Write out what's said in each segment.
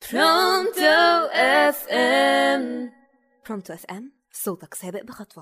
برونتو اف ام. برونتو اف ام، صوتك سابق بخطوة.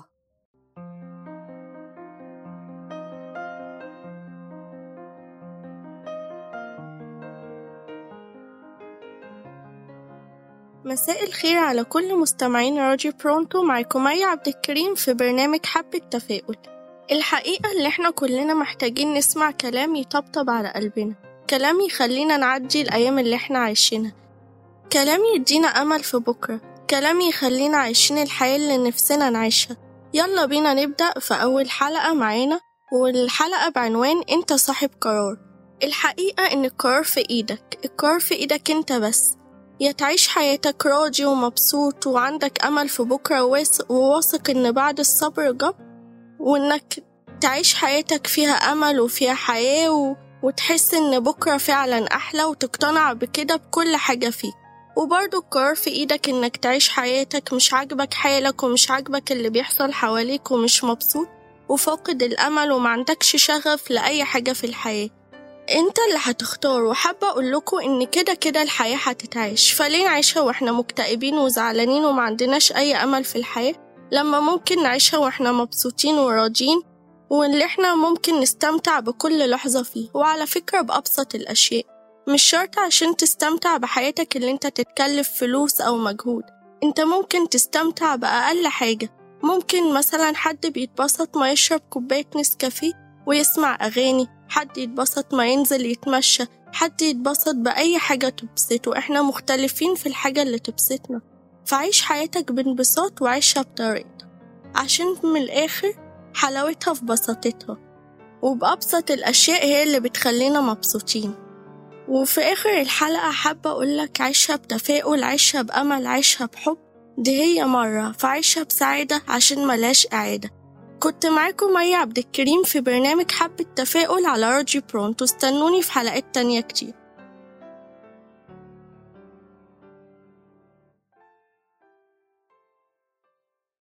مساء الخير على كل مستمعين راديو برونتو. معكم مي عبد الكريم في برنامج حبة تفاؤل. الحقيقة اللي احنا كلنا محتاجين نسمع كلام يطبطب على قلبنا، كلام يخلينا نعدي الأيام اللي احنا عايشينها، كلام يدينا أمل في بكرة، كلام يخلينا عايشين الحياة اللي نفسنا نعيشها. يلا بينا نبدأ في أول حلقة معانا، والحلقة بعنوان انت صاحب قرار. الحقيقة ان القرار في ايدك، القرار في ايدك انت بس. يا تعيش حياتك راضي ومبسوط وعندك أمل في بكرة وواثق إن بعد الصبر جب، وإنك تعيش حياتك فيها أمل وفيها حياة وتحس إن بكرة فعلا أحلى وتقتنع بكده بكل حاجة فيه. وبرضو القرار في إيدك إنك تعيش حياتك مش عاجبك حالك ومش عاجبك اللي بيحصل حواليك ومش مبسوط وفاقد الأمل ومعندكش شغف لأي حاجة في الحياة. انت اللي هتختار. وحابة اقولكوا ان كده الحياة هتتعيش، فليه نعيشها واحنا مكتئبين وزعلانين ومعندناش اي امل في الحياة لما ممكن نعيشها واحنا مبسوطين وراضيين، واللي احنا ممكن نستمتع بكل لحظة فيه. وعلى فكرة بأبسط الاشياء، مش شرط عشان تستمتع بحياتك اللي انت تتكلف فلوس او مجهود، انت ممكن تستمتع بأقل حاجة. ممكن مثلا حد بيتبسط ما يشرب كوباية نسكافيه ويسمع أغاني، حد يتبسط ما ينزل يتمشى، حد يتبسط بأي حاجة تبسطه. احنا مختلفين في الحاجة اللي تبسطنا، فعيش حياتك بانبساط وعيشها بطريقتك، عشان من الآخر حلاوتها في بساطتها، وبأبسط الأشياء هي اللي بتخلينا مبسوطين. وفي آخر الحلقة حابة أقولك عيشها بتفاؤل، عيشها بأمل، عيشها بحب، دي هي مرة، فعيشها بسعادة عشان ملاش إعادة. كنت معاكم مي عبد الكريم في برنامج حبة تفاؤل على راديو برونتو. استنوني في حلقات تانية كتير.